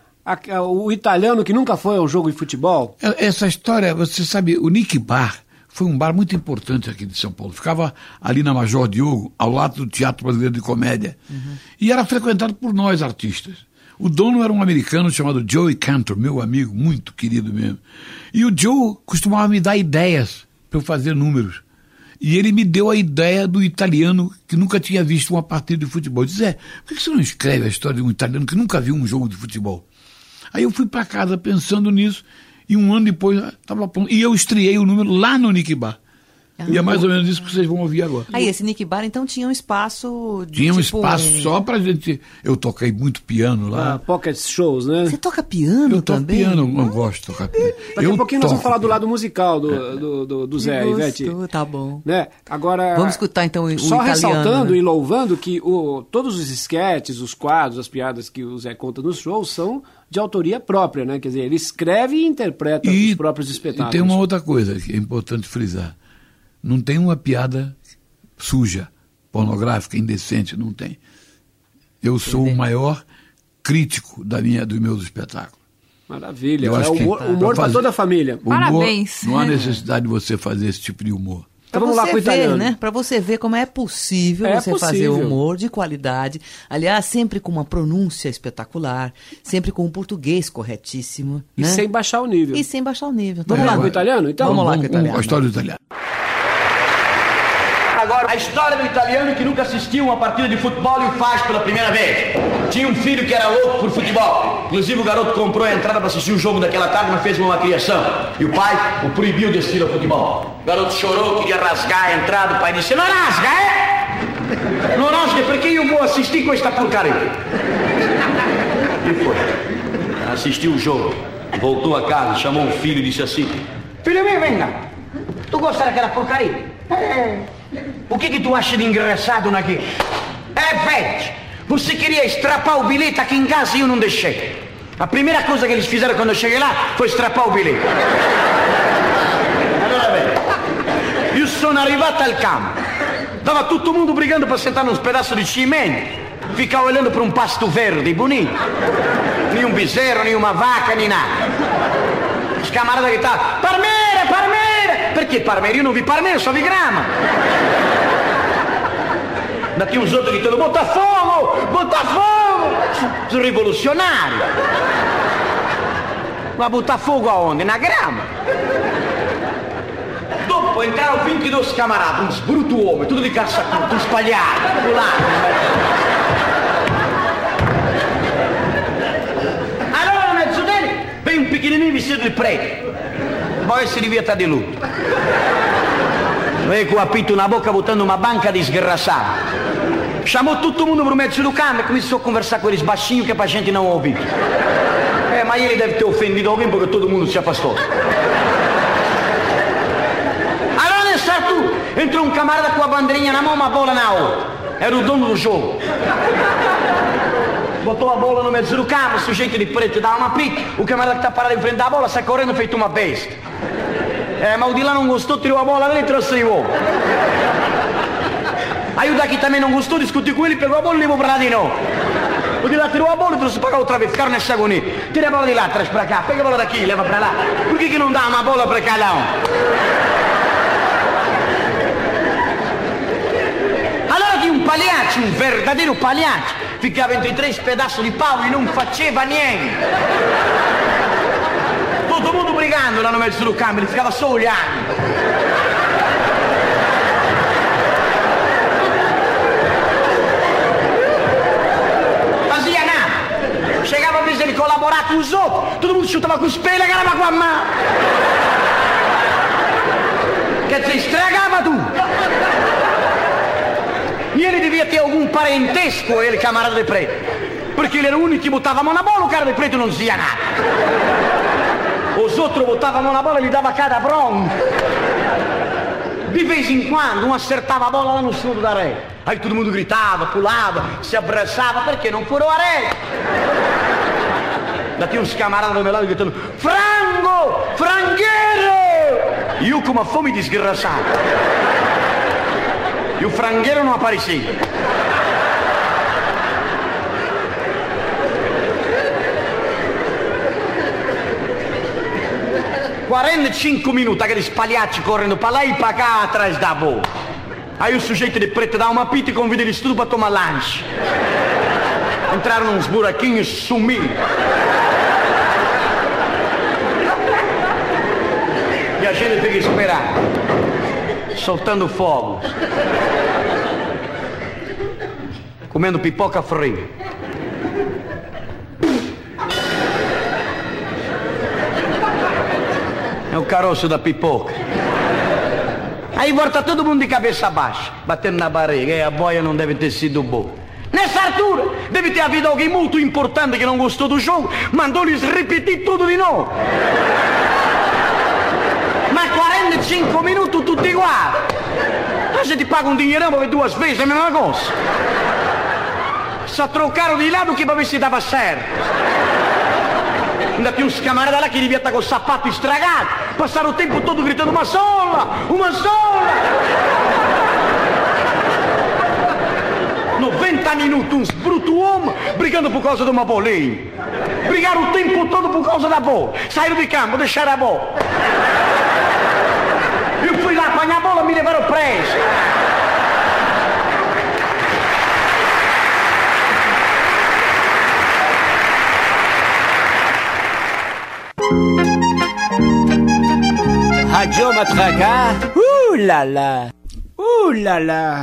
O italiano que nunca foi ao jogo de futebol. Essa história, você sabe, o Nick Bar foi um bar muito importante aqui de São Paulo. Ficava ali na Major Diogo, ao lado do Teatro Brasileiro de Comédia. E era frequentado por nós, artistas. O dono era um americano chamado Joey Cantor, meu amigo, muito querido mesmo. E o Joe costumava me dar ideias para eu fazer números. E ele me deu a ideia do italiano que nunca tinha visto uma partida de futebol. Eu disse, por que você não escreve a história de um italiano que nunca viu um jogo de futebol? Aí eu fui para casa pensando nisso, e um ano depois estava pronto. E eu estreiei o número lá no Nick Bar. E é mais ou menos isso que vocês vão ouvir agora. Aí esse Nick Bar, então, tinha um espaço... Tinha um espaço só pra gente... Eu toquei muito piano lá. Pocket shows, né? Você toca piano também? Eu toco piano, eu gosto de tocar piano. Daqui a pouquinho nós vamos falar do lado musical do Zé, Ivete. Tá bom. Né? Agora... Vamos escutar, então, o só italiano, ressaltando, né? E louvando que todos os esquetes, os quadros, as piadas que o Zé conta nos shows são de autoria própria, né? Quer dizer, ele escreve e interpreta os próprios espetáculos. E tem uma outra coisa que é importante frisar. Não tem uma piada suja, pornográfica, indecente, não tem. Eu sou o maior crítico dos meus espetáculos. Maravilha, humor para toda a família. Parabéns. Não há necessidade de você fazer esse tipo de humor. Então vamos lá com o italiano. Né? Para você ver como é possível fazer humor de qualidade. Aliás, sempre com uma pronúncia espetacular, sempre com um português corretíssimo. E sem baixar o nível. Vamos lá com o italiano, então? Vamos lá com o italiano. A história do italiano. Agora, a história do italiano que nunca assistiu uma partida de futebol e o faz pela primeira vez. Tinha um filho que era louco por futebol. Inclusive o garoto comprou a entrada para assistir o jogo daquela tarde, mas fez uma criação. E o pai o proibiu de assistir ao futebol. O garoto chorou, queria rasgar a entrada. O pai disse, não rasga, é? Não rasga, porque eu vou assistir com esta porcaria. E foi. Assistiu o jogo. Voltou a casa, chamou o filho e disse assim, filho meu, venga. Tu gosta daquela porcaria? O que tu acha de engraçado naquilo? Vete, você queria estrapar o bilhete aqui em casa e eu não deixei. A primeira coisa que eles fizeram quando eu cheguei lá foi estrapar o bilhete. Allora bene, io sono arrivato al campo. Tava todo mundo brigando para sentar nos pedaços de cimento. Ficava olhando para um pasto verde, bonito. Nenhum bezerro, nenhuma vaca, nem nada. Os camaradas gritavam, Parmeira, Parmeira! Perché Parmeira? Io non vi Parmeira, só vi grama. Daqui uns outros gritando, Botafogo! Botafogo! Sono rivoluzionário. Ma Botafogo aonde? Na grama. Dopo entraram 22 camaradas, uns bruto homem, tudo de calça curta, espalhado, pulado. Allora no mezzo dele vem um pequenininho vestido de preto. Poi si devia estar de luto. Veio com o apito na boca, botando uma banca de desgraçado. Chamou todo mundo pro mezzo do campo e começou a conversar com eles baixinho, que é pra gente não ouvir. Mas ele deve ter ofendido alguém porque todo mundo se afastou. Allora nessa altura entrou um camarada com a bandeirinha na mão, uma bola na outra. Era o dono do jogo. botou a bola no mezzo do campo, o sujeito de preto dá uma pique, o camarada que tá parado em frente da bola sai correndo feito uma besta. Ma o di là non gostou, tirou a bola dele e trasferivou. Aí o daqui também não gostou, discutiu com ele, pegou a bola e levou pra lá de novo. O de lá tirou a bola e trouxe pra cá outra vez, ficaram nessa agonia. Tira a bola de lá, traz pra cá, pega a bola daqui, leva pra lá. Por que não dá uma bola pra cada um? Allora tinha um palhaço, um verdadeiro palhaço, ficava entre 3 pedaços de pau e não faceva niente. Todo mundo brigando lá no mezzo do campo, ele ficava só olhando. Fazia nada. Chegava a vez dele colaborar com os outros, todo mundo chutava com o espelho e agarrava com a mão. Quer dizer, estragava tudo. E ele devia ter algum parentesco, ele, camarada de preto. Porque ele era o único que botava a mão na bola, o cara de preto não dizia nada. Os outros botavam a mão na bola e ele dava cada bronca. De vez em quando, um acertava a bola lá no fundo da rede. Aí todo mundo gritava, pulava, se abraçava, porque não furou a rede. Ainda tinha uns camaradas do meu lado gritando: frango! Frangueiro! E eu com uma fome desgraçada. E o frangueiro não aparecia. "45 minutos, aqueles palhaços correndo pra lá e pra cá atrás da bola. Aí o sujeito de preto dá uma pita e convida eles tudo pra tomar lanche. Entraram nos buraquinhos, sumiram. E a gente fica esperando, soltando fogos, comendo pipoca fria. É o caroço da pipoca. Aí volta todo mundo de cabeça baixa, batendo na barriga. E a boia não deve ter sido boa. Nessa altura, deve ter havido alguém muito importante que não gostou do jogo, mandou-lhes repetir tudo de novo. Mas 45 minutos tudo igual. A gente paga um dinheirão pra ver 2 vezes a mesma coisa. Só trocaram de lado que pra ver se dava certo. Ainda tinha uns camaradas lá que devia estar com o sapato estragado. Passaram o tempo todo gritando: uma sola! Uma sola! 90 minutos, uns bruto homem brigando por causa de uma bolinha. Brigaram o tempo todo por causa da bola. Saíram de campo, deixaram a bola. Eu fui lá apanhar a bola, me levaram preso. Radio Matraca, là là, là là.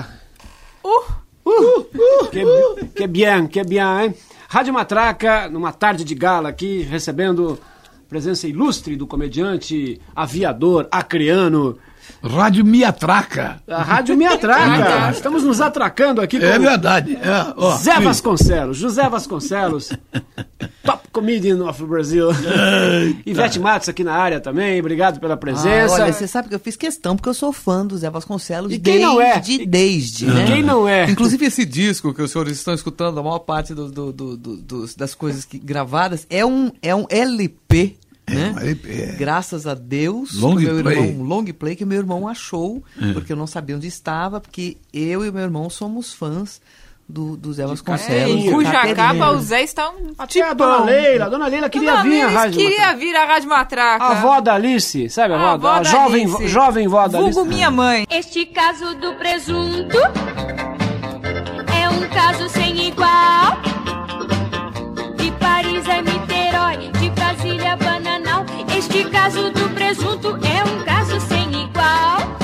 Que bien, hein? Rádio Matraca, numa tarde de gala aqui, recebendo presença ilustre do comediante, aviador, acreano. Rádio Me Atraca. A Rádio Me Atraca. Estamos nos atracando aqui com... É verdade. Zé Vasconcelos, José Vasconcelos, top comedian of Brazil. Ivete Matos aqui na área também, obrigado pela presença. Olha, você sabe que eu fiz questão, porque eu sou fã do Zé Vasconcelos e quem não é? Desde, né? Quem não é? Inclusive esse disco que os senhores estão escutando, a maior parte das coisas gravadas é um LP. Né? Graças a Deus, long play que meu irmão achou, porque eu não sabia onde estava, porque eu e meu irmão somos fãs do Zé Vasconcelos. Cuja capa o Zé está até a Dona Leila queria vir à Rádio Matraca. Queria vir à Rádio Matraca. A avó da Alice, sabe a avó? A jovem vó da Alice. Vulgo minha mãe. Este caso do presunto é um caso sem igual. De Paris a Niterói, de Brasília a Bananal. Este caso do presunto é um caso sem igual.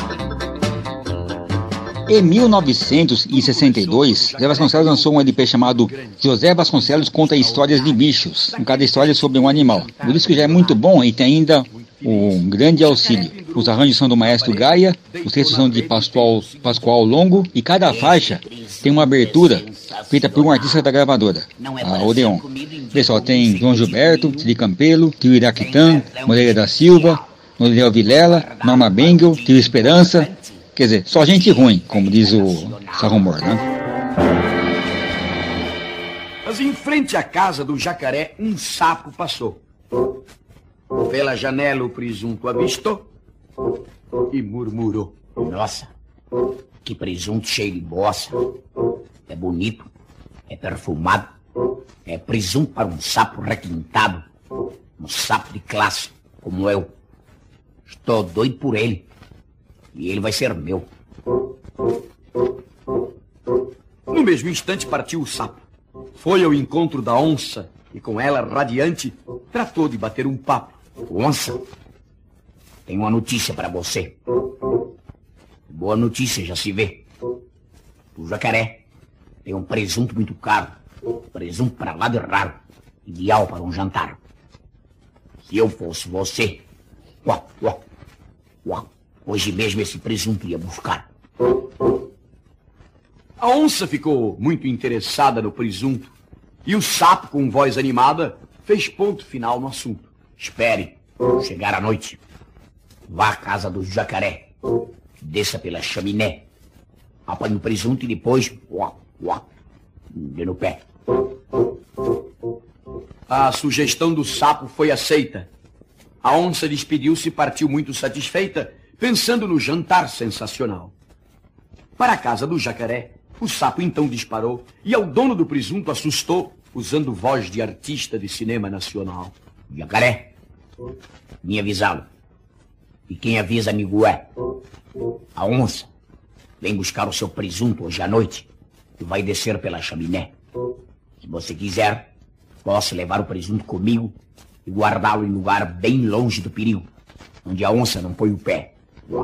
Em 1962, Zé Vasconcelos lançou um LP chamado José Vasconcelos Conta Histórias de Bichos, com cada história sobre um animal. O disco já é muito bom e tem ainda um grande auxílio. Os arranjos são do maestro Gaia, os textos são de Pascoal Longo e cada faixa tem uma abertura feita por um artista da gravadora, a Odeon. Pessoal, tem João Gilberto, Cid Campelo, Tio Iraquitã, Moreira da Silva, Noriel Vilela, Norma Bengel, Tio Esperança. Quer dizer, só gente ruim, como diz o Sarro Mor, né? Mas em frente à casa do jacaré, um sapo passou. Pela janela o presunto avistou e murmurou: nossa, que presunto cheio de bossa. É bonito, é perfumado, é presunto para um sapo requintado, um sapo de classe como eu. Estou doido por ele e ele vai ser meu. No mesmo instante partiu o sapo. Foi ao encontro da onça e com ela, radiante, tratou de bater um papo. Onça, tenho uma notícia para você. Boa notícia, já se vê. O jacaré tem um presunto muito caro. Presunto para lá de raro. Ideal para um jantar. Se eu fosse você, hoje mesmo esse presunto ia buscar. A onça ficou muito interessada no presunto e o sapo, com voz animada, fez ponto final no assunto. Espere chegar à noite. Vá à casa do jacaré. Desça pela chaminé. Apanhe o presunto e depois... dê no pé. A sugestão do sapo foi aceita. A onça despediu-se e partiu muito satisfeita, pensando no jantar sensacional. Para a casa do jacaré, o sapo então disparou e ao dono do presunto assustou, usando voz de artista de cinema nacional. Jacaré, me avisá-lo. E quem avisa, amigo, é a onça. Vem buscar o seu presunto hoje à noite e vai descer pela chaminé. Se você quiser, posso levar o presunto comigo e guardá-lo em lugar bem longe do perigo, onde a onça não põe o pé.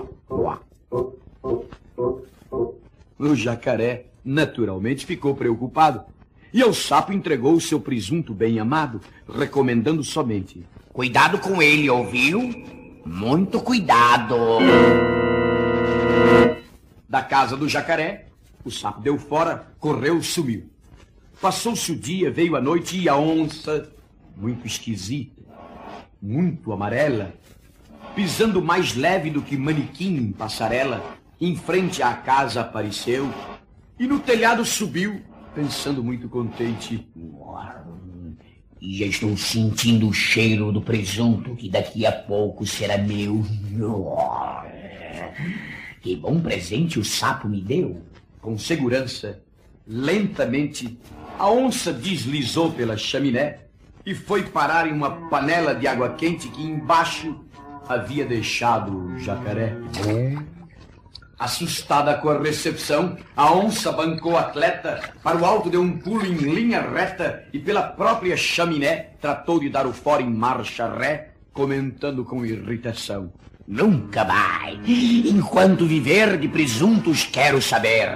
O jacaré, naturalmente, ficou preocupado. E ao sapo entregou o seu presunto bem amado, recomendando somente: cuidado com ele, ouviu? Muito cuidado. Da casa do jacaré, o sapo deu fora, correu, sumiu. Passou-se o dia, veio a noite e a onça, muito esquisita, muito amarela, pisando mais leve do que manequim em passarela, em frente à casa apareceu e no telhado subiu, pensando muito contente. E já estou sentindo o cheiro do presunto que daqui a pouco será meu. Que bom presente o sapo me deu. Com segurança, lentamente, a onça deslizou pela chaminé e foi parar em uma panela de água quente que embaixo havia deixado o jacaré. Assustada com a recepção, a onça bancou a atleta, para o alto deu um pulo em linha reta e pela própria chaminé tratou de dar o fora em marcha ré, comentando com irritação: nunca mais, enquanto viver de presuntos quero saber.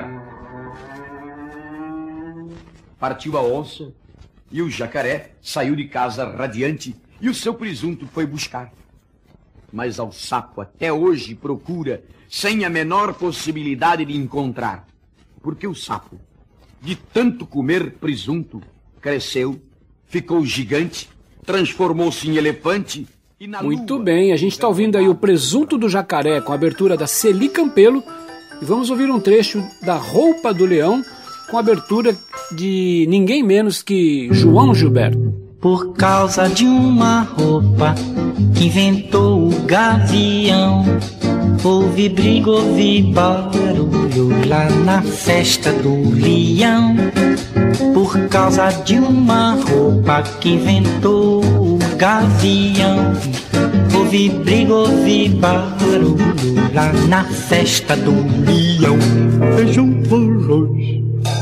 Partiu a onça e o jacaré saiu de casa radiante e o seu presunto foi buscar. Mas ao sapo até hoje procura, sem a menor possibilidade de encontrar. Porque o sapo, de tanto comer presunto, cresceu, ficou gigante, transformou-se em elefante e na Muito bem, a gente está ouvindo aí o Presunto do Jacaré com a abertura da Celi Campelo e vamos ouvir um trecho da Roupa do Leão com a abertura de ninguém menos que João Gilberto. Por causa de uma roupa que inventou o gavião, houve briga, houve barulho lá na festa do leão. Por causa de uma roupa que inventou o gavião, houve briga, houve barulho lá na festa do leão. Feijão com arroz.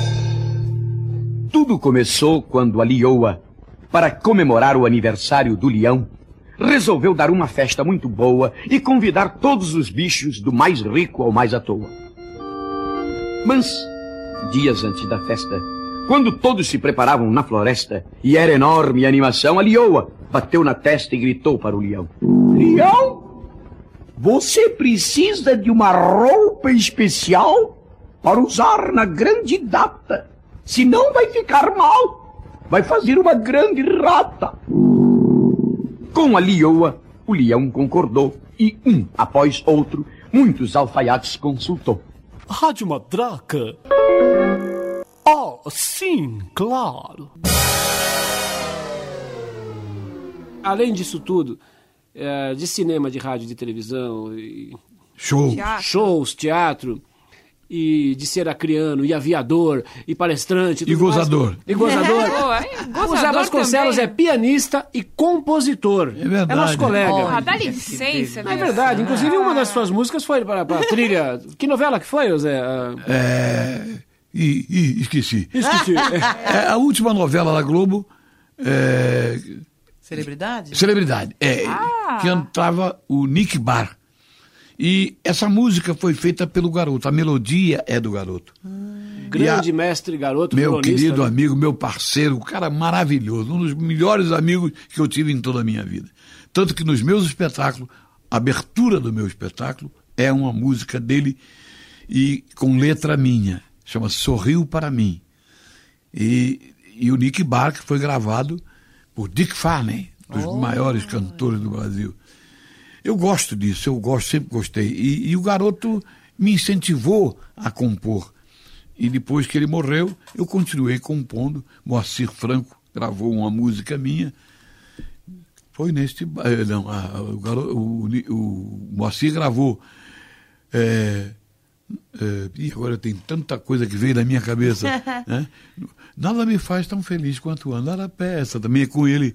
Tudo começou quando a leoa, para comemorar o aniversário do leão, resolveu dar uma festa muito boa e convidar todos os bichos, do mais rico ao mais à toa. Mas, dias antes da festa, quando todos se preparavam na floresta e era enorme a animação, a leoa bateu na testa e gritou para o leão: leão, você precisa de uma roupa especial para usar na grande data, senão vai ficar mal. Vai fazer uma grande rata. Com a leoa, o leão concordou e, um após outro, muitos alfaiates consultou. Rádio Matraca? Oh, sim, claro. além disso tudo, de cinema, de rádio, de televisão, shows, teatro, e de ser acriano, e aviador, e palestrante... E gozador. E gozador. Gozador o Zé Vasconcelos também. É pianista e compositor. É verdade. É nosso colega. Dá licença, É verdade. Inclusive, uma das suas músicas foi para a trilha... Que novela que foi, Zé? Esqueci. Esqueci. A última novela da Globo... Celebridade? Celebridade. Que entrava o Nick Bar. E essa música foi feita pelo garoto. A melodia é do garoto. Grande mestre garoto. Meu violonista, querido né? amigo, meu parceiro, um cara maravilhoso. Um dos melhores amigos que eu tive em toda a minha vida. Tanto que nos meus espetáculos, a abertura do meu espetáculo é uma música dele e com letra minha. Chama Sorriu para Mim. E o Nick Bar, que foi gravado por Dick Farney, dos maiores cantores do Brasil. Eu gosto disso, sempre gostei. E o garoto me incentivou a compor. E depois que ele morreu, eu continuei compondo. Moacir Franco gravou uma música minha. Foi neste... Não, o Moacir gravou... e agora tem tanta coisa que veio da minha cabeça. Né? Nada me faz tão feliz quanto andar a pé. Essa também é com ele.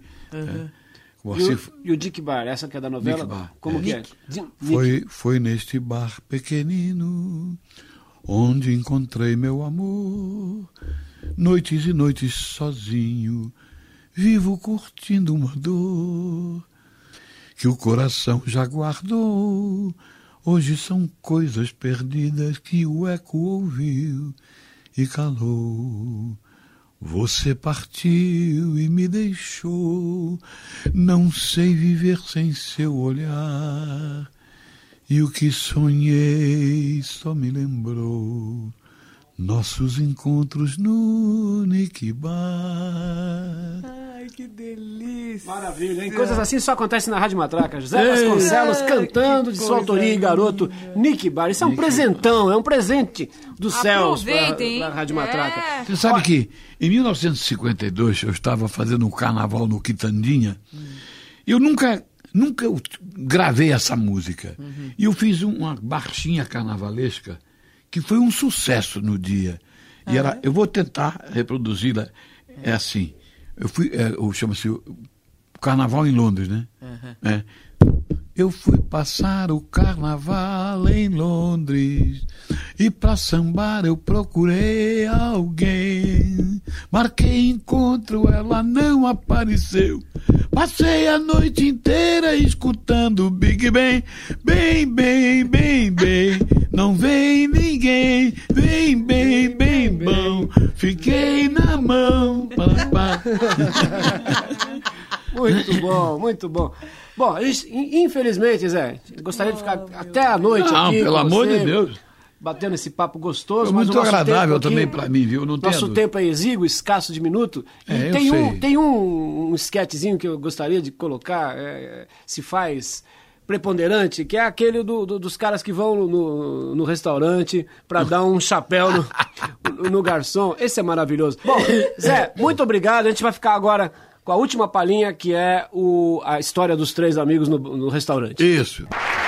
E o Dick Bar, essa que é da novela? Dick Bar, como que é? Foi neste bar pequenino onde encontrei meu amor. Noites e noites sozinho, vivo curtindo uma dor que o coração já guardou. Hoje são coisas perdidas que o eco ouviu e calou. Você partiu e me deixou, não sei viver sem seu olhar. E o que sonhei só me lembrou nossos encontros no Nick Bar. Ai, que delícia. Maravilha, hein? Coisas assim só acontecem na Rádio Matraca. José Vasconcelos cantando de sua autoria e garoto Nick Bar. Isso é um presentão, é um presente dos céus para a Rádio Matraca. Você sabe que em 1952 eu estava fazendo um carnaval no Quitandinha. Eu nunca gravei essa música. E eu fiz uma marchinha carnavalesca que foi um sucesso no dia. E eu vou tentar reproduzi-la. É assim. Chama-se o Carnaval em Londres, né? Eu fui passar o carnaval em Londres e pra sambar eu procurei alguém. Marquei encontro, ela não apareceu. Passei a noite inteira escutando o Big Ben. Bem, bem, bem, bem. Não vem ninguém. Bem, bem, bem bom. Fiquei na mão. Muito bom, muito bom. Bom, infelizmente, Zé, gostaria de ficar até a noite aqui. Pelo amor de Deus. Batendo esse papo gostoso. Foi muito agradável também para mim, viu? Não nosso tempo é exíguo, escasso de minuto. Tem um sketchzinho que eu gostaria de colocar, se faz preponderante, que é aquele dos caras que vão no restaurante para dar um chapéu no garçom. Esse é maravilhoso. Bom, Zé, muito obrigado. A gente vai ficar agora com a última palhinha, que é a história dos três amigos no restaurante. Isso.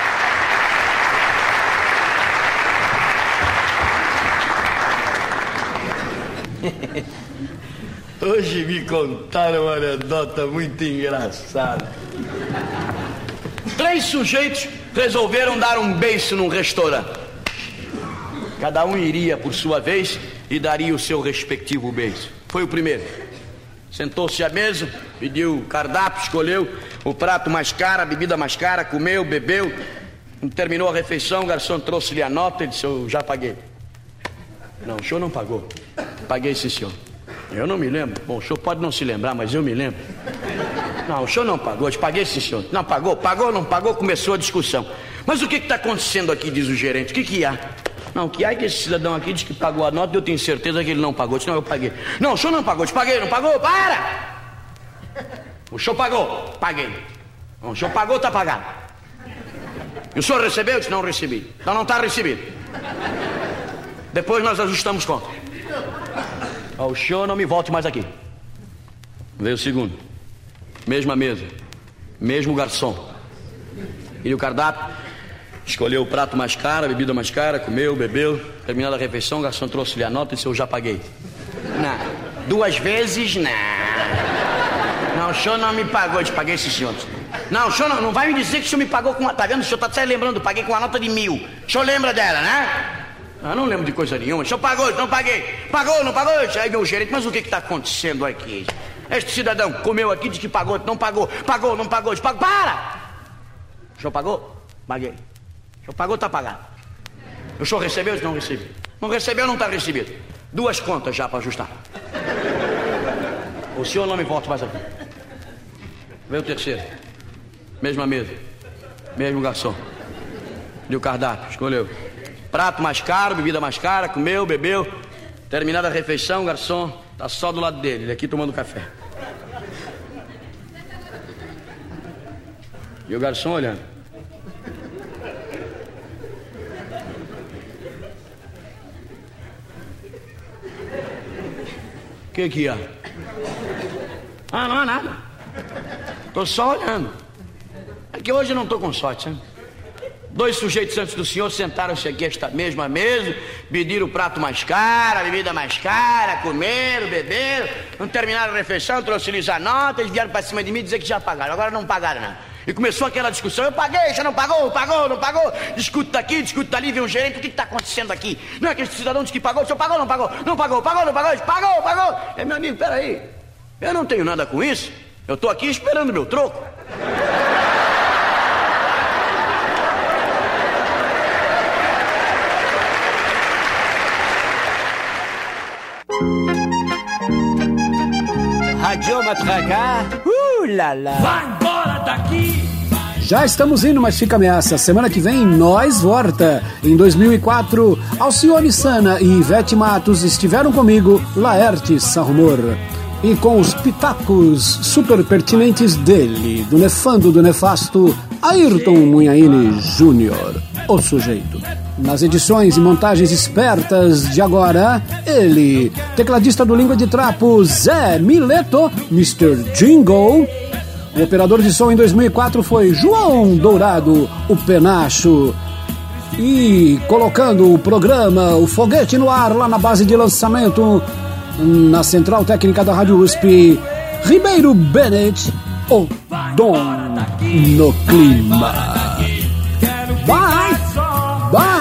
Hoje me contaram uma anedota muito engraçada. 3 sujeitos resolveram dar um beijo num restaurante. Cada um iria por sua vez e daria o seu respectivo beijo. Foi o primeiro. Sentou-se à mesa, pediu o cardápio, escolheu o prato mais caro, a bebida mais cara, comeu, bebeu. Quando terminou a refeição, o garçom trouxe-lhe a nota e disse: eu já paguei. Não, o senhor não pagou. Paguei sim, senhor. Eu não me lembro. Bom, o senhor pode não se lembrar, mas eu me lembro. Não, o senhor não pagou. Eu paguei sim, senhor. Não pagou? Pagou, não pagou? Começou a discussão. Mas o que está acontecendo aqui, diz o gerente? O que há? Não, o que há é que esse cidadão aqui diz que pagou a nota e eu tenho certeza que ele não pagou. Senão eu paguei. Não, o senhor não pagou. Eu paguei, não pagou? Para! O senhor pagou? Paguei. Bom, o senhor pagou, está pagado. E o senhor recebeu? Eu disse: não recebi. Então não está recebido. Depois nós ajustamos conta. O senhor não me volte mais aqui. Veio o segundo. Mesma mesa. mesmo garçom. E o cardápio, escolheu o prato mais caro, a bebida mais cara, comeu, bebeu. Terminada a refeição, o garçom trouxe-lhe a nota e disse: eu já paguei. Não, 2 vezes não. Não, o senhor não me pagou, eu te paguei esse senhor. Não, o senhor não vai me dizer que o senhor me pagou com uma... Tá vendo? O senhor tá se lembrando, paguei com uma nota de 1.000. O senhor lembra dela, né? Eu não lembro de coisa nenhuma. O senhor pagou, então paguei. Pagou, não pagou? Aí meu gerente, mas o que tá acontecendo aqui? Este cidadão comeu aqui, disse que pagou, não pagou. Pagou, não pagou, disse pagou. Para! O senhor pagou? Paguei. O senhor pagou, tá pagado. O senhor recebeu? Não recebi. Não recebeu, não tá recebido. 2 contas já para ajustar. O senhor não me volta mais aqui. Veio o terceiro. Mesma mesa. Mesmo garçom. E o cardápio, escolheu. Prato mais caro, bebida mais cara, comeu, bebeu. Terminada a refeição, o garçom tá só do lado dele, ele aqui tomando café. E o garçom olhando. O que há? Ah, não há nada. Tô só olhando. É que hoje eu não tô com sorte, sabe? 2 sujeitos antes do senhor sentaram-se aqui esta mesma mesa, pediram o prato mais caro, a bebida mais cara, comeram, beberam, não terminaram a refeição, trouxe-lhes a nota, eles vieram para cima de mim dizer que já pagaram, agora não pagaram não. E começou aquela discussão: eu paguei, já não pagou, pagou, não pagou, discute daqui, discute dali, vem um gerente, o que está acontecendo aqui? Não é que esse cidadão disse que pagou, o senhor pagou, não pagou, não pagou, pagou, não pagou, pagou, pagou. É, meu amigo, peraí, eu não tenho nada com isso, eu estou aqui esperando meu troco. Rádio Matraca, lá lá. Vai embora daqui! Já estamos indo, mas fica ameaça. Semana que vem, nós volta. Em 2004, Alcione Sana e Ivete Matos estiveram comigo, Laertes Sarrumor. E com os pitacos super pertinentes dele, do nefando do nefasto, Ayrton Munhaine Júnior, o sujeito. Nas edições e montagens espertas de agora, ele, tecladista do Língua de Trapo, Zé Mileto, Mr. Jingle. O operador de som em 2004 foi João Dourado, o Penacho. E colocando o programa, o foguete no ar, lá na base de lançamento, na central técnica da Rádio USP, Ribeiro Bennett, o Dom no clima. Bye! Bye!